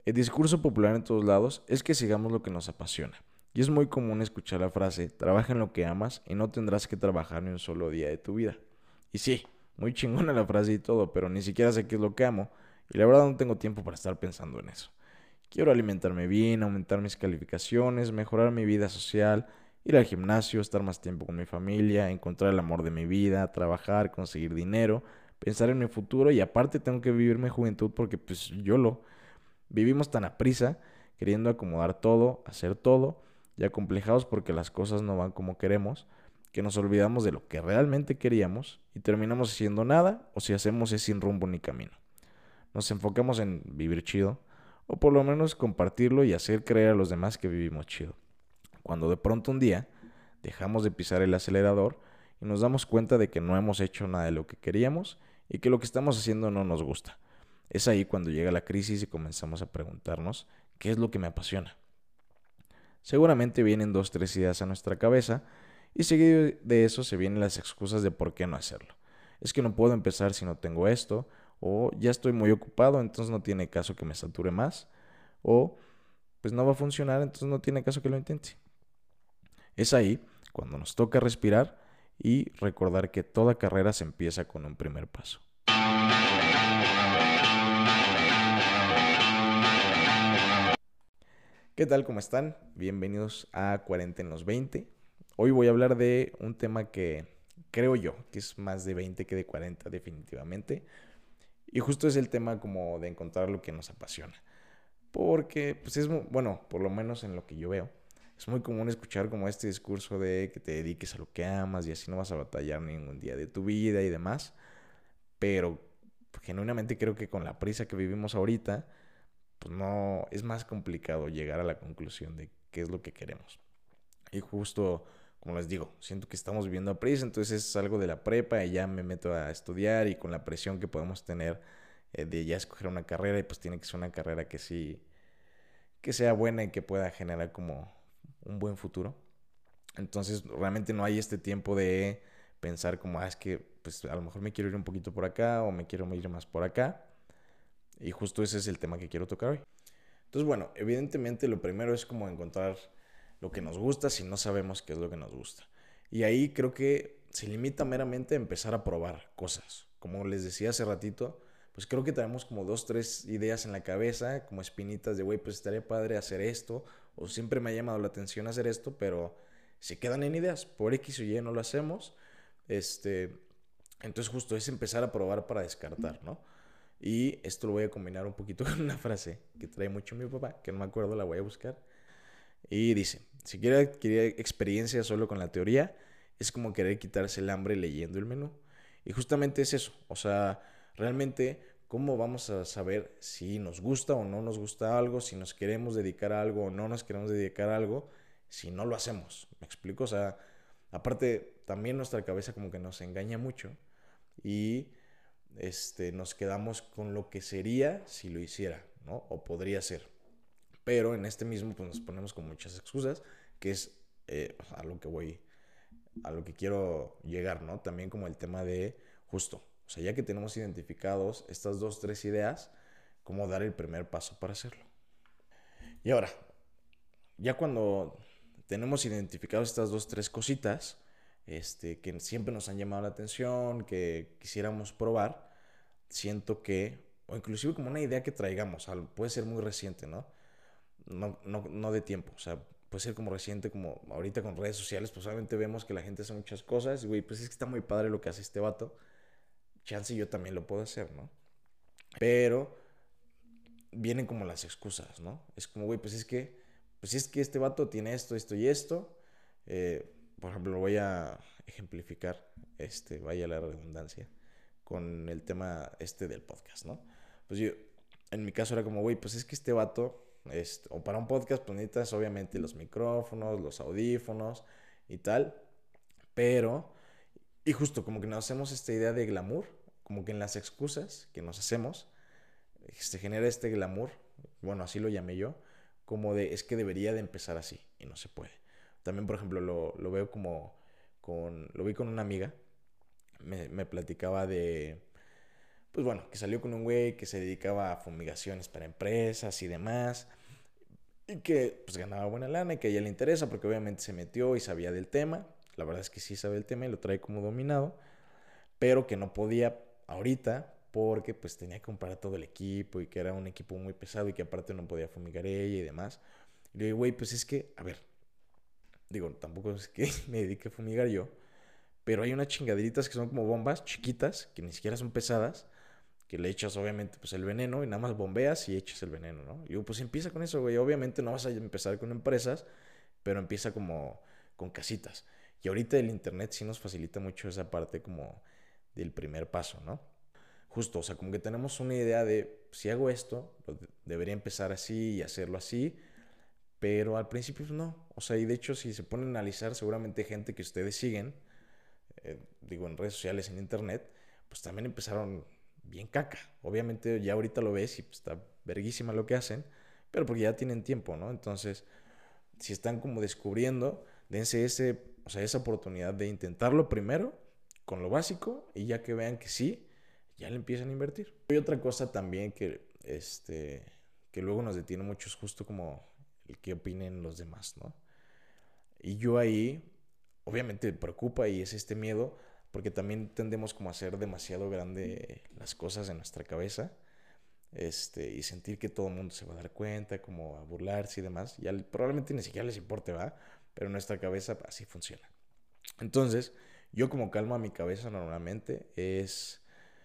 El discurso popular en todos lados es que sigamos lo que nos apasiona. Y es muy común escuchar la frase, trabaja en lo que amas y no tendrás que trabajar ni un solo día de tu vida. Y sí, muy chingona la frase y todo, pero ni siquiera sé qué es lo que amo. Y la verdad no tengo tiempo para estar pensando en eso. Quiero alimentarme bien, aumentar mis calificaciones, mejorar mi vida social, ir al gimnasio, estar más tiempo con mi familia, encontrar el amor de mi vida, trabajar, conseguir dinero, pensar en mi futuro y aparte tengo que vivir mi juventud porque pues yo lo vivimos tan aprisa, queriendo acomodar todo, hacer todo y acomplejados porque las cosas no van como queremos, que nos olvidamos de lo que realmente queríamos y terminamos haciendo nada o si hacemos es sin rumbo ni camino. Nos enfocamos en vivir chido, o por lo menos compartirlo y hacer creer a los demás que vivimos chido. Cuando de pronto un día dejamos de pisar el acelerador y nos damos cuenta de que no hemos hecho nada de lo que queríamos y que lo que estamos haciendo no nos gusta. Es ahí cuando llega la crisis y comenzamos a preguntarnos qué es lo que me apasiona. Seguramente vienen dos, tres ideas a nuestra cabeza y seguido de eso se vienen las excusas de por qué no hacerlo. Es que no puedo empezar si no tengo esto, o ya estoy muy ocupado, entonces no tiene caso que me sature más, o pues no va a funcionar, entonces no tiene caso que lo intente. Es ahí cuando nos toca respirar y recordar que toda carrera se empieza con un primer paso. ¿Qué tal? ¿Cómo están? Bienvenidos a 40 en los 20. Hoy voy a hablar de un tema que creo yo que es más de 20 que de 40 definitivamente. Y justo es el tema como de encontrar lo que nos apasiona. Porque, pues bueno, por lo menos en lo que yo veo, es muy común escuchar como este discurso de que te dediques a lo que amas y así no vas a batallar ningún día de tu vida y demás. Pero genuinamente creo que con la prisa que vivimos ahorita, pues no, es más complicado llegar a la conclusión de qué es lo que queremos. Y justo, como les digo, siento que estamos viviendo a prisa, entonces es algo de la prepa y ya me meto a estudiar y con la presión que podemos tener de ya escoger una carrera y pues tiene que ser una carrera que sí, que sea buena y que pueda generar como un buen futuro. Entonces realmente no hay este tiempo de pensar como, es que pues a lo mejor me quiero ir un poquito por acá o me quiero ir más por acá. Y justo ese es el tema que quiero tocar hoy. Entonces, bueno, evidentemente lo primero es como encontrar lo que nos gusta si no sabemos qué es lo que nos gusta. Y ahí creo que se limita meramente a empezar a probar cosas. Como les decía hace ratito, pues creo que tenemos como dos, tres ideas en la cabeza, como espinitas de, güey, pues estaría padre hacer esto, o siempre me ha llamado la atención hacer esto, pero se quedan en ideas. Por X o Y no lo hacemos. Este, entonces justo es empezar a probar para descartar, ¿no? Y esto lo voy a combinar un poquito con una frase que trae mucho mi papá, que no me acuerdo, la voy a buscar. Y dice, si quiere adquirir experiencia solo con la teoría, es como querer quitarse el hambre leyendo el menú. Y justamente es eso, o sea, realmente, ¿cómo vamos a saber si nos gusta o no nos gusta algo, si nos queremos dedicar a algo o no nos queremos dedicar a algo, si no lo hacemos? ¿Me explico? O sea, aparte, también nuestra cabeza como que nos engaña mucho y nos quedamos con lo que sería si lo hiciera, ¿no? O podría ser. Pero en este mismo pues nos ponemos con muchas excusas, que es a lo que voy, a lo que quiero llegar, ¿no? También como el tema de justo, o sea, ya que tenemos identificados estas dos, tres ideas, cómo dar el primer paso para hacerlo. Y ahora, ya cuando tenemos identificados estas dos, tres cositas, que siempre nos han llamado la atención, que quisiéramos probar, siento que, o inclusive como una idea que traigamos, puede ser muy reciente, ¿no? No de tiempo, o sea, puede ser como reciente, como ahorita con redes sociales, pues obviamente vemos que la gente hace muchas cosas, y güey, pues es que está muy padre lo que hace este vato, chance yo también lo puedo hacer, ¿no? Pero vienen como las excusas, ¿no? Es como, güey, pues es que este vato tiene esto, esto y esto, por ejemplo, lo voy a ejemplificar, vaya la redundancia, con el tema del podcast, ¿no? Pues yo, en mi caso era como, güey, pues es que este vato, o para un podcast, pues necesitas obviamente los micrófonos, los audífonos y tal, pero, y justo como que nos hacemos esta idea de glamour, como que en las excusas que nos hacemos, se genera este glamour, bueno, así lo llamé yo, como de, es que debería de empezar así, y no se puede. También, por ejemplo, lo veo lo vi con una amiga, me platicaba pues bueno, que salió con un güey que se dedicaba a fumigaciones para empresas y demás, y que pues ganaba buena lana y que a ella le interesa porque obviamente se metió y sabía del tema. La verdad es que sí sabe el tema y lo trae como dominado, pero que no podía ahorita porque pues tenía que comprar todo el equipo y que era un equipo muy pesado y que aparte no podía fumigar ella y demás. Y le digo, güey, pues es que, a ver, digo, tampoco es que me dedique a fumigar yo, pero hay unas chingaderitas que son como bombas chiquitas, que ni siquiera son pesadas, que le echas obviamente pues el veneno y nada más bombeas y echas el veneno, ¿no? Y digo, pues empieza con eso, güey. Obviamente no vas a empezar con empresas, pero empieza como con casitas. Y ahorita el internet sí nos facilita mucho esa parte como del primer paso, ¿no? Justo, o sea, como que tenemos una idea de si hago esto, debería empezar así y hacerlo así, pero al principio pues, no. O sea, y de hecho si se ponen a analizar, seguramente gente que ustedes siguen, digo, en redes sociales, en internet, pues también empezaron bien caca. Obviamente ya ahorita lo ves y pues, está verguísima lo que hacen, pero porque ya tienen tiempo, ¿no? Entonces, si están como descubriendo, dense o sea, esa oportunidad de intentarlo primero con lo básico y ya que vean que sí, ya le empiezan a invertir. Hay otra cosa también que luego nos detiene mucho, es justo como el que opinen los demás, ¿no? Y yo ahí, obviamente me preocupa y es este miedo, porque también tendemos como a hacer demasiado grande las cosas en nuestra cabeza, y sentir que todo el mundo se va a dar cuenta, como a burlarse y demás. Y probablemente ni siquiera les importe, va, pero en nuestra cabeza así funciona. Entonces, yo como calmo a mi cabeza normalmente es,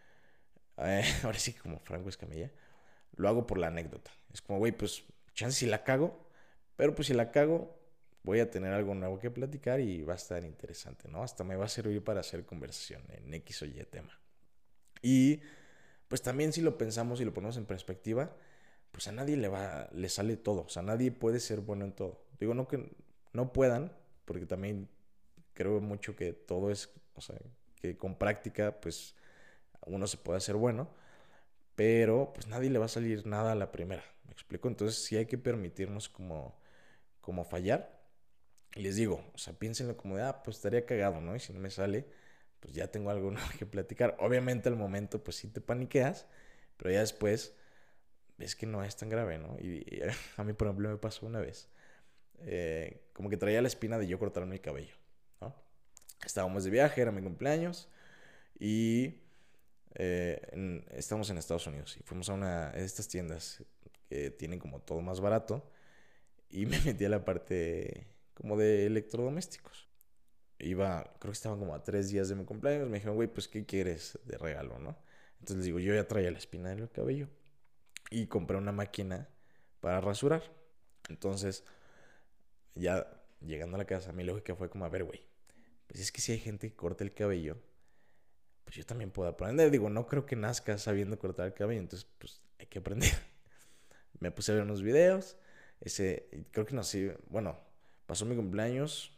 ahora sí que como Franco Escamilla, lo hago por la anécdota. Es como, güey, pues chance si la cago, pero pues si la cago, voy a tener algo nuevo que platicar y va a estar interesante, ¿no? Hasta me va a servir para hacer conversación en X o Y tema. Y pues también si lo pensamos y lo ponemos en perspectiva, pues a nadie le sale todo, o sea, nadie puede ser bueno en todo. Digo, no que no puedan, porque también creo mucho que todo es, o sea, que con práctica, pues uno se puede hacer bueno, pero pues nadie le va a salir nada a la primera, ¿me explico? Entonces sí hay que permitirnos como fallar. Y les digo, o sea, piénsenlo como de, pues estaría cagado, ¿no? Y si no me sale, pues ya tengo algo nuevo que platicar. Obviamente al momento, pues sí te paniqueas, pero ya después ves que no es tan grave, ¿no? Y a mí, por ejemplo, me pasó una vez, como que traía la espina de yo cortarme el cabello, ¿no? Estábamos de viaje, era mi cumpleaños, y estábamos en Estados Unidos y fuimos a una de estas tiendas que tienen como todo más barato y me metí a la parte como de electrodomésticos. Creo que estaban como a 3 días de mi cumpleaños, me dijeron, güey, pues ¿qué quieres de regalo, no? Entonces les digo, yo ya traía la espina del cabello y compré una máquina para rasurar. Entonces, ya llegando a la casa, mi lógica fue como, a ver, güey, pues es que si hay gente que corta el cabello, pues yo también puedo aprender. Digo, no creo que nazca sabiendo cortar el cabello, entonces pues hay que aprender. Me puse a ver unos videos, creo que no sé, bueno, pasó mi cumpleaños,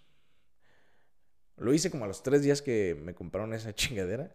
lo hice como a los 3 días que me compraron esa chingadera,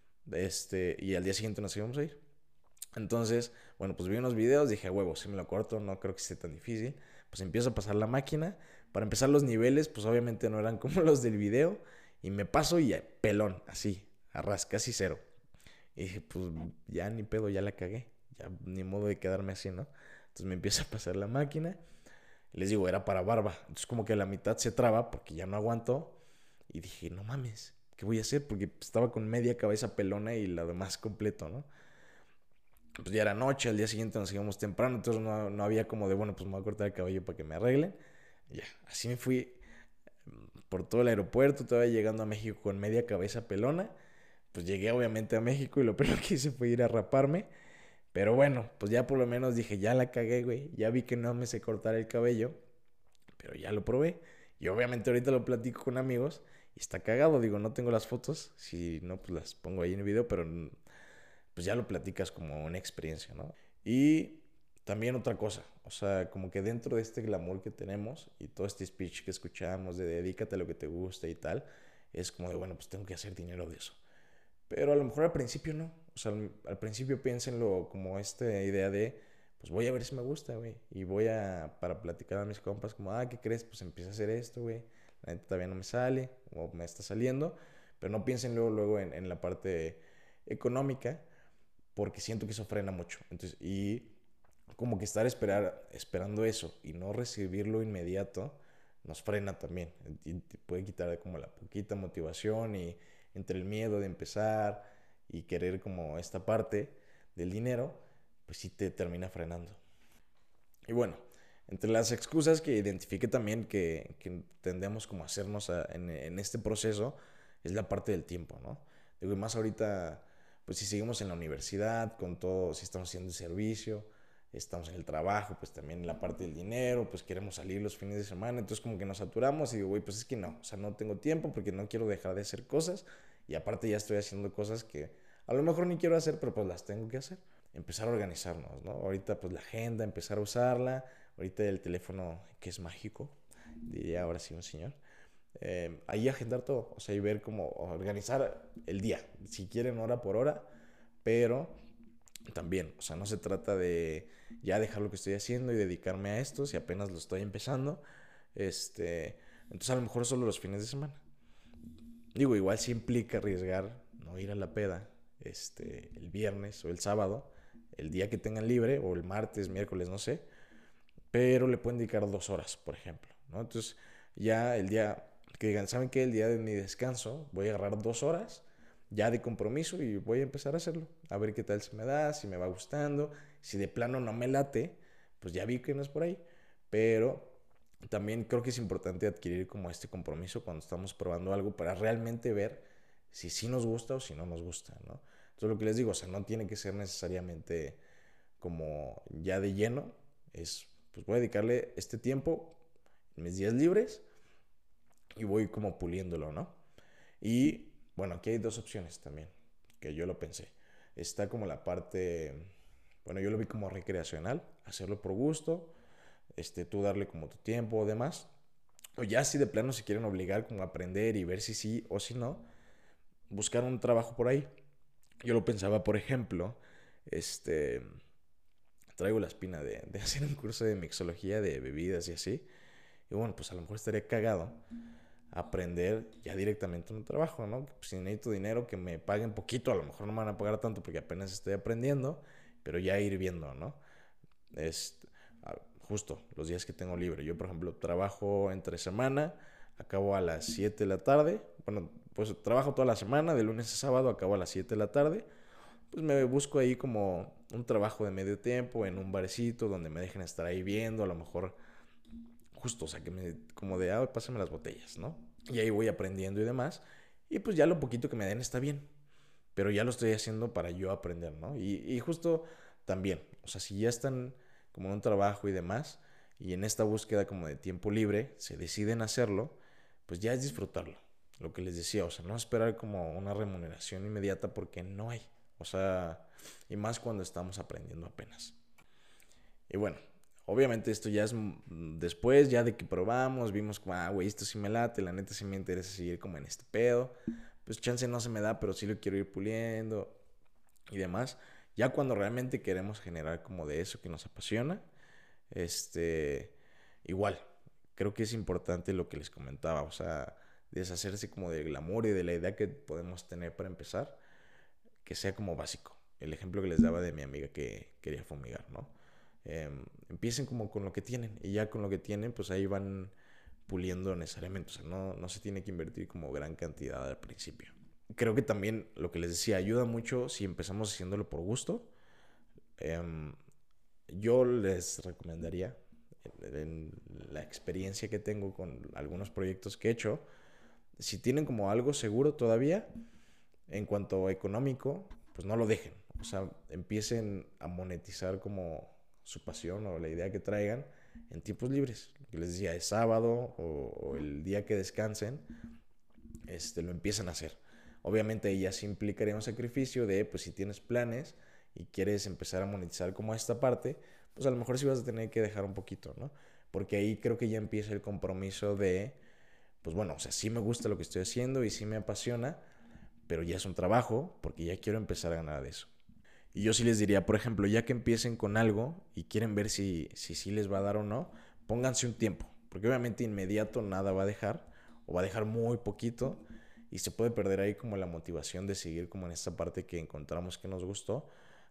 y al día siguiente nos íbamos a ir. Entonces, bueno, pues vi unos videos, dije, huevo, si me lo corto, no creo que sea tan difícil. Pues empiezo a pasar la máquina. Para empezar los niveles, pues obviamente no eran como los del video. Y me paso y pelón, así, arras, casi cero. Y dije, pues ya ni pedo, ya la cagué. Ya ni modo de quedarme así, ¿no? Entonces me empieza a pasar la máquina. Y les digo, era para barba. Entonces como que la mitad se traba porque ya no aguantó. Y dije, no mames, ¿qué voy a hacer? Porque estaba con media cabeza pelona y la demás completo, ¿no? Pues ya era noche, al día siguiente nos íbamos temprano, entonces no había como de, bueno, pues me voy a cortar el cabello para que me arreglen. Y ya, así me fui por todo el aeropuerto, todavía llegando a México con media cabeza pelona. Pues llegué obviamente a México y lo primero que hice fue ir a raparme. Pero bueno, pues ya por lo menos dije, ya la cagué, güey. Ya vi que no me sé cortar el cabello, pero ya lo probé. Y obviamente ahorita lo platico con amigos y está cagado. Digo, no tengo las fotos, si no, pues las pongo ahí en el video, pero pues ya lo platicas como una experiencia, ¿no? Y también otra cosa, o sea, como que dentro de este glamour que tenemos y todo este speech que escuchamos de dedícate a lo que te gusta y tal, es como de, bueno, pues tengo que hacer dinero de eso. Pero a lo mejor al principio no. O sea, al principio piénsenlo como esta idea de, pues voy a ver si me gusta, güey. Y para platicar a mis compas, como, ¿qué crees? Pues empieza a hacer esto, güey. La neta todavía no me sale, o me está saliendo. Pero no piensen luego en la parte económica, porque siento que eso frena mucho. Entonces, y como que esperando eso y no recibirlo inmediato nos frena también y te puede quitar como la poquita motivación y entre el miedo de empezar y querer como esta parte del dinero, pues sí te termina frenando. Y bueno, entre las excusas que identifique también que tendemos como a hacernos en este proceso es la parte del tiempo, ¿no? Digo, y más ahorita, pues si seguimos en la universidad, con todo, si estamos haciendo el servicio, estamos en el trabajo, pues también la parte del dinero, pues queremos salir los fines de semana, entonces como que nos saturamos y digo, güey, pues es que no, o sea, no tengo tiempo porque no quiero dejar de hacer cosas y aparte ya estoy haciendo cosas que a lo mejor ni quiero hacer, pero pues las tengo que hacer. Empezar a organizarnos, ¿no? Ahorita pues la agenda, empezar a usarla, ahorita el teléfono que es mágico, diría ahora sí un señor, ahí agendar todo, o sea, y ver cómo organizar el día, si quieren hora por hora, pero también, o sea, no se trata de ya dejar lo que estoy haciendo y dedicarme a esto si apenas lo estoy empezando, entonces a lo mejor solo los fines de semana. Digo, igual sí implica arriesgar no ir a la peda el viernes o el sábado, el día que tengan libre, o el martes, miércoles, no sé, pero le pueden dedicar 2 horas, por ejemplo, ¿no? Entonces, ya el día que digan, ¿saben qué? El día de mi descanso voy a agarrar 2 horas ya de compromiso y voy a empezar a hacerlo, a ver qué tal se me da, si me va gustando, si de plano no me late, pues ya vi que no es por ahí, pero también creo que es importante adquirir como este compromiso cuando estamos probando algo para realmente ver si sí nos gusta o si no nos gusta, ¿no? Entonces lo que les digo, o sea, no tiene que ser necesariamente como ya de lleno, es pues voy a dedicarle este tiempo, mis días libres y voy como puliéndolo, ¿no? Y bueno, aquí hay dos opciones también, que yo lo pensé. Está como la parte, bueno, yo lo vi como recreacional, hacerlo por gusto, tú darle como tu tiempo o demás. O ya si de plano se quieren obligar como a aprender y ver si sí o si no, buscar un trabajo por ahí. Yo lo pensaba, por ejemplo, este, traigo la espina de hacer un curso de mixología de bebidas y así. Y bueno, pues a lo mejor estaría cagado aprender ya directamente en un trabajo, ¿no? Pues si necesito dinero, que me paguen poquito, a lo mejor no me van a pagar tanto porque apenas estoy aprendiendo, pero ya ir viendo, ¿no? Es justo los días que tengo libre. Yo, por ejemplo, trabajo entre semana, acabo a las 7 de la tarde. Bueno, pues trabajo toda la semana, de lunes a sábado, acabo a las 7 de la tarde. Pues me busco ahí como un trabajo de medio tiempo en un barecito donde me dejen estar ahí viendo, a lo mejor justo, o sea, que me, como de, pásame las botellas, ¿no? Y ahí voy aprendiendo y demás. Y pues ya lo poquito que me den está bien. Pero ya lo estoy haciendo para yo aprender, ¿no? Y justo también, o sea, si ya están como en un trabajo y demás, y en esta búsqueda como de tiempo libre, se deciden hacerlo, pues ya es disfrutarlo. Lo que les decía, o sea, no esperar como una remuneración inmediata porque no hay. O sea, y más cuando estamos aprendiendo apenas. Y bueno, obviamente esto ya es después, ya de que probamos, vimos como, güey, esto sí me late, la neta sí me interesa seguir como en este pedo. Pues chance no se me da, pero sí lo quiero ir puliendo y demás. Ya cuando realmente queremos generar como de eso que nos apasiona, igual, creo que es importante lo que les comentaba, o sea, deshacerse como del glamour y de la idea que podemos tener para empezar, que sea como básico. El ejemplo que les daba de mi amiga que quería fumigar, ¿no? Empiecen como con lo que tienen y ya con lo que tienen, pues ahí van puliendo necesariamente, o sea, no se tiene que invertir como gran cantidad al principio. Creo que también lo que les decía ayuda mucho si empezamos haciéndolo por gusto. Eh, yo les recomendaría, en la experiencia que tengo con algunos proyectos que he hecho, si tienen como algo seguro todavía, en cuanto a económico, pues no lo dejen. O sea, empiecen a monetizar como su pasión o la idea que traigan en tiempos libres. Lo que les decía, es sábado o el día que descansen, lo empiezan a hacer. Obviamente ahí ya sí implicaría un sacrificio de, pues si tienes planes y quieres empezar a monetizar como esta parte, pues a lo mejor sí vas a tener que dejar un poquito, ¿no? Porque ahí creo que ya empieza el compromiso de, pues bueno, o sea, sí me gusta lo que estoy haciendo y sí me apasiona, pero ya es un trabajo porque ya quiero empezar a ganar de eso. Y yo sí les diría, por ejemplo, ya que empiecen con algo y quieren ver si sí les va a dar o no, pónganse un tiempo, porque obviamente inmediato nada va a dejar o va a dejar muy poquito y se puede perder ahí como la motivación de seguir como en esta parte que encontramos que nos gustó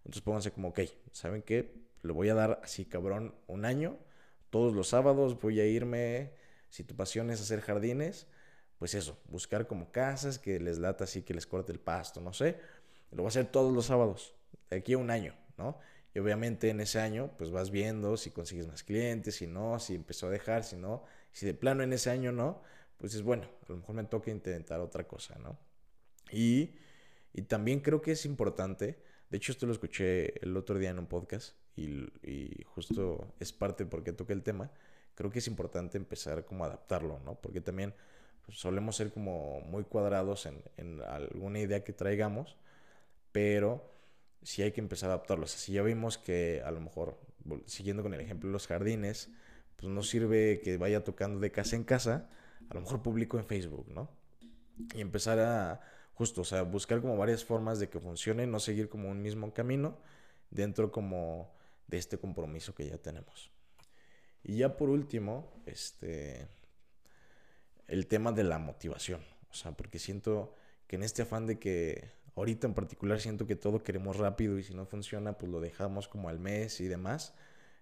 Entonces pónganse como, ok, ¿saben qué? Le voy a dar así cabrón un año, todos los sábados voy a irme, si tu pasión es hacer jardines, pues eso, buscar como casas que les lata así, que les corte el pasto, no sé, lo voy a hacer todos los sábados, de aquí a un año, ¿no? Y obviamente en ese año, pues vas viendo si consigues más clientes, si no, si empezó a dejar, si no, si de plano en ese año no, pues es bueno, a lo mejor me toca intentar otra cosa, ¿no? Y, y también creo que es importante, de hecho esto lo escuché el otro día en un podcast y justo es parte porque toqué el tema, creo que es importante empezar como a adaptarlo, ¿no? Porque también pues, solemos ser como muy cuadrados en alguna idea que traigamos, pero sí hay que empezar a adaptarlo. O sea, si ya vimos que a lo mejor, siguiendo con el ejemplo de los jardines, pues no sirve que vaya tocando de casa en casa, a lo mejor publico en Facebook, ¿no? Y empezar a, justo, o sea, buscar como varias formas de que funcione, no seguir como un mismo camino dentro como de este compromiso que ya tenemos. Y ya por último, el tema de la motivación. O sea, porque siento que en este afán de que ahorita en particular siento que todo queremos rápido y si no funciona, pues lo dejamos como al mes y demás.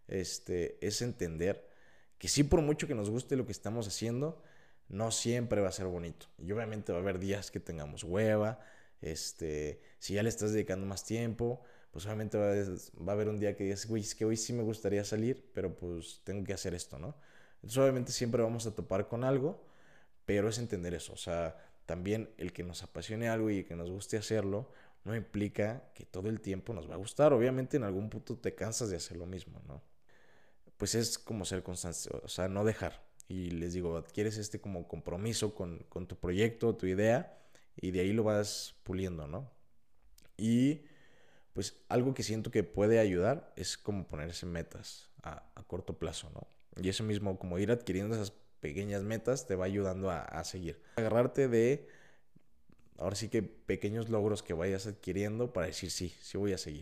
Es entender que sí, por mucho que nos guste lo que estamos haciendo, no siempre va a ser bonito. Y obviamente va a haber días que tengamos hueva, si ya le estás dedicando más tiempo, pues obviamente va a haber un día que digas, güey, es que hoy sí me gustaría salir, pero pues tengo que hacer esto, ¿no? Entonces obviamente siempre vamos a topar con algo, pero es entender eso, o sea, también el que nos apasione algo y que nos guste hacerlo, no implica que todo el tiempo nos va a gustar. Obviamente en algún punto te cansas de hacer lo mismo, ¿no? Pues es como ser constante, o sea, no dejar. Y les digo, adquieres este como compromiso con tu proyecto, tu idea, y de ahí lo vas puliendo, ¿no? Y pues algo que siento que puede ayudar es como ponerse metas a corto plazo, ¿no? Y eso mismo, como ir adquiriendo esas pequeñas metas, te va ayudando a seguir. Agarrarte de, ahora sí que pequeños logros que vayas adquiriendo para decir, sí, sí voy a seguir.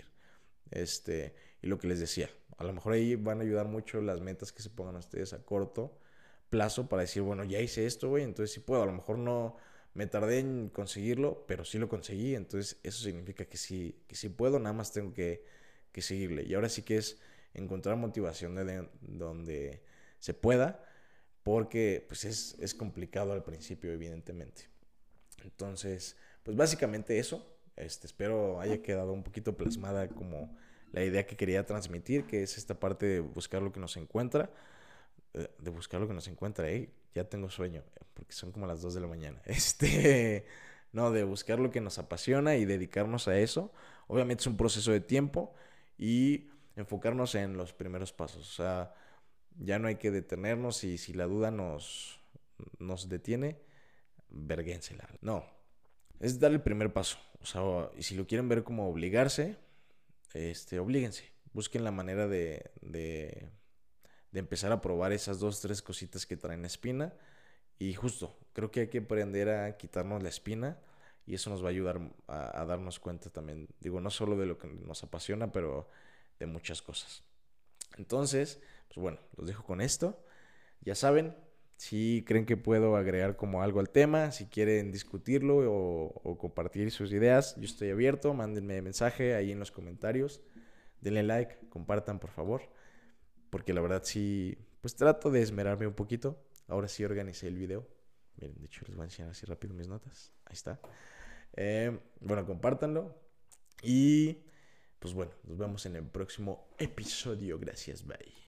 Y lo que les decía, a lo mejor ahí van a ayudar mucho las metas que se pongan ustedes a corto plazo para decir, bueno, ya hice esto, güey, entonces sí puedo. A lo mejor no me tardé en conseguirlo, pero sí lo conseguí, entonces eso significa que sí puedo, nada más tengo que seguirle. Y ahora sí que es encontrar motivación de donde se pueda, porque pues es complicado al principio, evidentemente. Entonces, pues básicamente eso. Espero haya quedado un poquito plasmada como la idea que quería transmitir, que es esta parte de buscar lo que nos encuentra, de buscar lo que nos encuentra, ya tengo sueño, porque son como las 2 de la mañana. No, de buscar lo que nos apasiona y dedicarnos a eso. Obviamente es un proceso de tiempo y enfocarnos en los primeros pasos. O sea, ya no hay que detenernos y si la duda nos detiene, verguénsela. No, es dar el primer paso. O sea, y si lo quieren ver como obligarse, oblíguense. Busquen la manera de empezar a probar esas dos, tres cositas que traen espina. Y justo, creo que hay que aprender a quitarnos la espina y eso nos va a ayudar a darnos cuenta también, digo, no solo de lo que nos apasiona, pero de muchas cosas. Entonces, pues bueno, los dejo con esto. Ya saben, si creen que puedo agregar como algo al tema, si quieren discutirlo o compartir sus ideas, yo estoy abierto, mándenme mensaje ahí en los comentarios, denle like, compartan por favor, porque la verdad sí, pues trato de esmerarme un poquito. Ahora sí organicé el video. Miren, de hecho les voy a enseñar así rápido mis notas. Ahí está. Bueno, compártanlo y pues bueno, nos vemos en el próximo episodio. Gracias, bye.